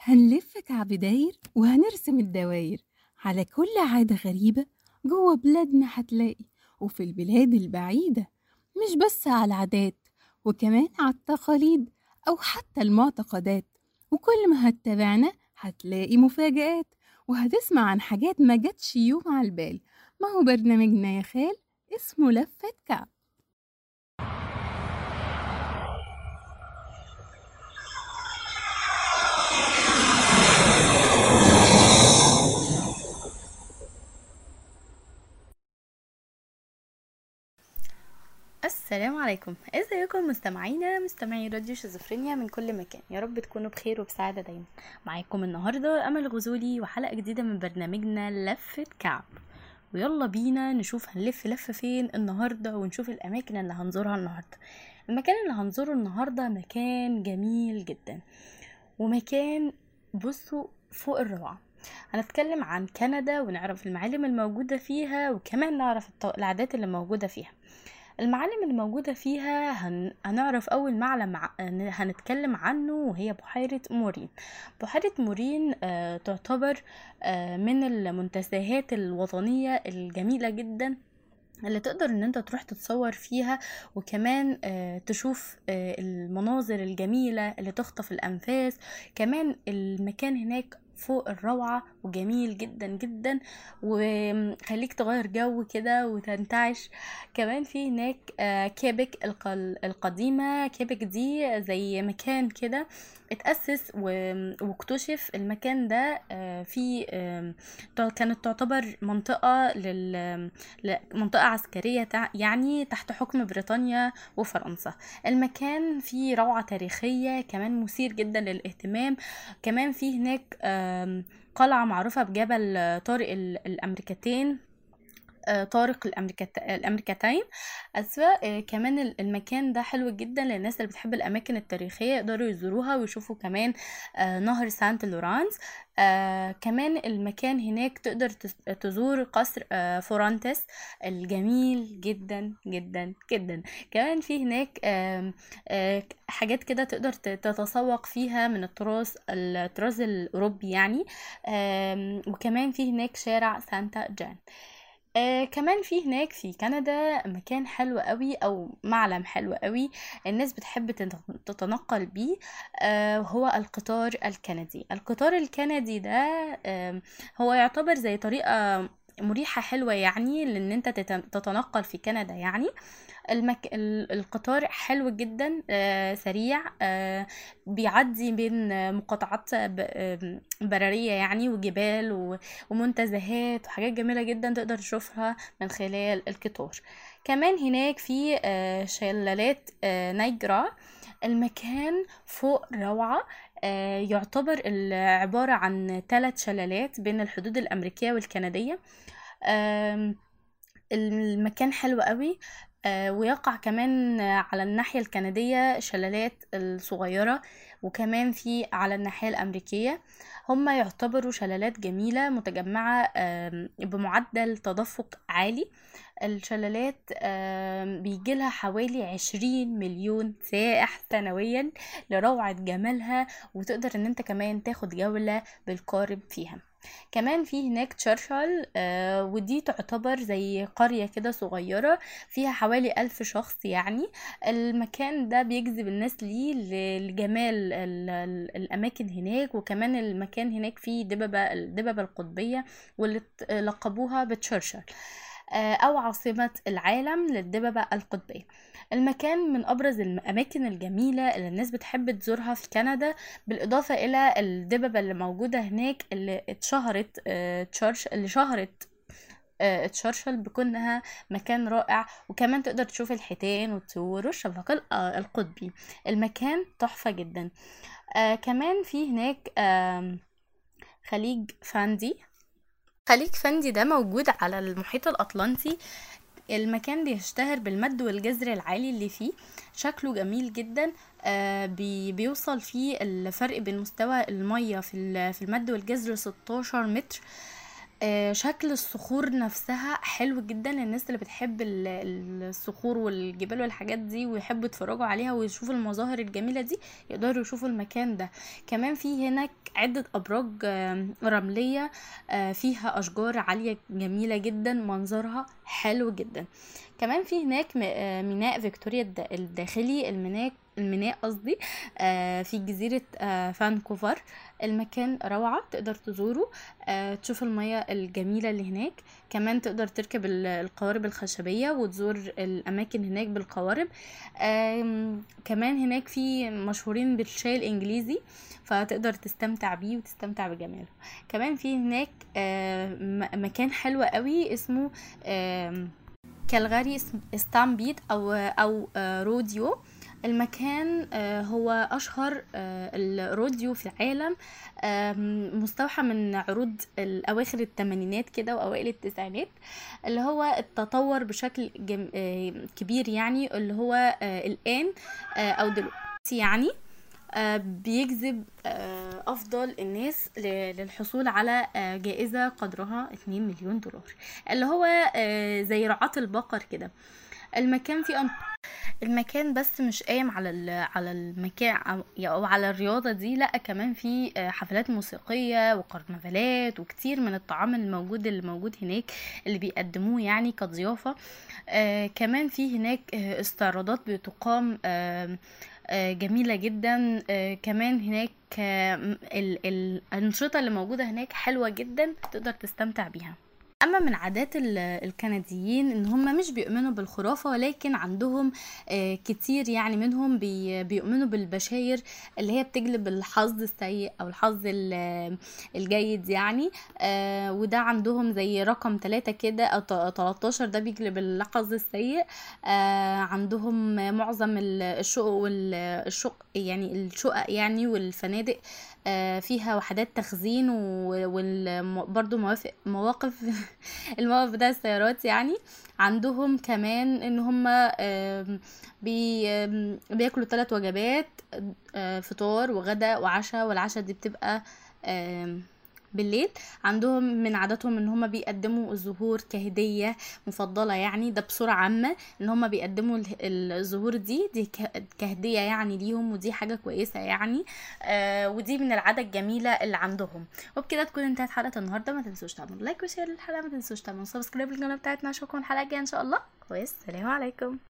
هنلف كعب داير وهنرسم الدواير على كل عادة غريبة جوه بلادنا هتلاقي، وفي البلاد البعيدة، مش بس على العادات، وكمان على التقاليد أو حتى المعتقدات. وكل ما هتتابعنا هتلاقي مفاجآت، وهتسمع عن حاجات ما جاتش يوم على البال. ما هو برنامجنا يا خال اسمه لفة كعب. السلام عليكم، ازيكم مستمعي راديو شيزوفرينيا من كل مكان. يا رب تكونوا بخير وبسعادة دايما. معاكم النهاردة امل غزولي وحلقة جديدة من برنامجنا لفة كعب. ويلا بينا نشوف هنلف لفة فين النهاردة ونشوف الاماكن اللي هنزورها النهاردة. المكان اللي هنزوره النهاردة مكان جميل جدا، ومكان بصوا فوق الروعة. هنتكلم عن كندا ونعرف المعالم الموجودة فيها، وكمان نعرف العادات اللي موجودة فيها. المعالم اللي موجودة فيها هنعرف أول معلم هنتكلم عنه، وهي بحيرة مورين. بحيرة مورين تعتبر من المنتزهات الوطنية الجميلة جدا اللي تقدر ان انت تروح تتصور فيها، وكمان تشوف المناظر الجميلة اللي تخطف الأنفاس. كمان المكان هناك فوق الروعة وجميل جدا جدا، وخليك تغير جو كده وتنتعش. كمان في هناك كيبك القديمة. كيبك دي زي مكان كده اتأسس واكتشف المكان ده في كانت تعتبر منطقة منطقة عسكرية يعني تحت حكم بريطانيا وفرنسا. المكان فيه روعة تاريخية، كمان مثير جدا للاهتمام. كمان فيه هناك قلعة معروفة بجبل طارق الأمريكتين، طارق الأمريكتين أسفة. كمان المكان ده حلو جدا للناس اللي بتحب الأماكن التاريخية، يقدروا يزوروها ويشوفوا كمان نهر سانت لورانس. كمان المكان هناك تقدر تزور قصر فورانتس الجميل جدا جدا جدا. كمان في هناك حاجات كده تقدر تتسوق فيها من الطراز الأوروبي يعني. وكمان في هناك شارع سانتا جان. كمان في هناك في كندا مكان حلو قوي او معلم حلو قوي الناس بتحب تتنقل بيه. هو القطار الكندي. القطار الكندي ده هو يعتبر زي طريقة مريحة حلوة يعني لان انت تتنقل في كندا يعني. القطار حلو جدا، سريع، بيعدي بين مقاطعات برارية يعني، وجبال ومنتزهات وحاجات جميلة جدا تقدر تشوفها من خلال القطار. كمان هناك في شلالات نايجرا. المكان فوق روعة. يعتبر عبارة عن 3 شلالات بين الحدود الأمريكية والكندية. المكان حلو قوي. ويقع كمان على الناحية الكندية شلالات الصغيرة، وكمان في على الناحية الأمريكية. هما يعتبروا شلالات جميلة متجمعة بمعدل تدفق عالي. الشلالات بيجيلها حوالي 20 مليون سائح سنويا لروعة جمالها، وتقدر ان انت كمان تاخد جولة بالقارب فيها. كمان في هناك تشرشل، ودي تعتبر زي قرية كده صغيرة فيها حوالي 1000 شخص يعني. المكان ده بيجذب الناس ليه لجمال الأماكن هناك. وكمان المكان هناك فيه الدببة القطبية واللي لقبوها بتشرشل، أو عاصمة العالم للدببة القطبية. المكان من أبرز الأماكن الجميلة اللي الناس بتحب تزورها في كندا، بالإضافة إلى الدببة اللي موجودة هناك اللي اتشهرت اللي شهرت تشرشل بكونها مكان رائع. وكمان تقدر تشوف الحيتان والطيور والشفق القطبي. المكان تحفة جدا. كمان في هناك خليج فاندي. خليج فاندي ده موجود على المحيط الأطلنطي. المكان بيشتهر بالمد والجزر العالي اللي فيه، شكله جميل جدا. بيوصل فيه الفرق بين مستوى المية في المد والجزر 16 متر. شكل الصخور نفسها حلو جدا للناس اللي بتحب الصخور والجبال والحاجات دي ويحبوا يتفرجوا عليها ويشوفوا المظاهر الجميلة دي، يقدروا يشوفوا المكان ده. كمان في هناك عدة أبراج رملية فيها أشجار عالية جميلة جدا، منظرها حلو جدا. كمان في هناك ميناء فيكتوريا الداخلي، الميناء قصدي، في جزيرة فانكوفر. المكان روعة، تقدر تزوره، تشوف المياه الجميلة اللي هناك. كمان تقدر تركب القوارب الخشبية وتزور الأماكن هناك بالقوارب. كمان هناك في مشهورين بالشاي الإنجليزي، فتقدر تستمتع بيه وتستمتع بجماله. كمان في هناك مكان حلو قوي اسمه كالغاري ستامبيد أو روديو. المكان هو أشهر الروديو في العالم، مستوحى من عروض الأواخر الثمانينات كده وأوائل التسعينات، اللي هو التطور بشكل كبير، يعني اللي هو الآن أو دلوقتي يعني بيجذب أفضل الناس للحصول على جائزة قدرها 2 مليون دولار، اللي هو زي رعاة البقر كده. المكان بس مش قايم على المكان او على الرياضه دي، لا كمان في حفلات موسيقيه وكرنفالات وكتير من الطعام الموجود هناك اللي بيقدموه يعني كضيافه. كمان في هناك استعراضات بتقام جميلة جدا. كمان هناك الأنشطة اللي موجودة هناك حلوة جدا، تقدر تستمتع بيها. اما من عادات الكنديين ان هم مش بيؤمنوا بالخرافة، ولكن عندهم كتير يعني منهم بيؤمنوا بالبشاير اللي هي بتجلب الحظ السيء او الحظ الجيد يعني. وده عندهم زي رقم 3 كده او 13 ده بيجلب الحظ السيء. عندهم معظم الشقق يعني والفنادق فيها وحدات تخزين وبرضو مواقف الموقف بتاع السيارات يعني. عندهم كمان ان هم بياكلوا 3 وجبات، فطار وغدا وعشاء، والعشاء دي بتبقى بالليل. عندهم من عاداتهم ان هم بيقدموا الزهور كهدية مفضلة، يعني ده بصورة عامة ان هم بيقدموا الزهور دي كهدية يعني ليهم، ودي حاجة كويسة يعني. ودي من العادة الجميلة اللي عندهم. وبكده تكون انتهت حلقة النهاردة. ما تنسوش تعملوا لايك وشير للحلقة، ما تنسوش تعملوا سبسكرايب للقناة بتاعتنا. اشوفكم الحلقة الجاية ان شاء الله. والسلام عليكم.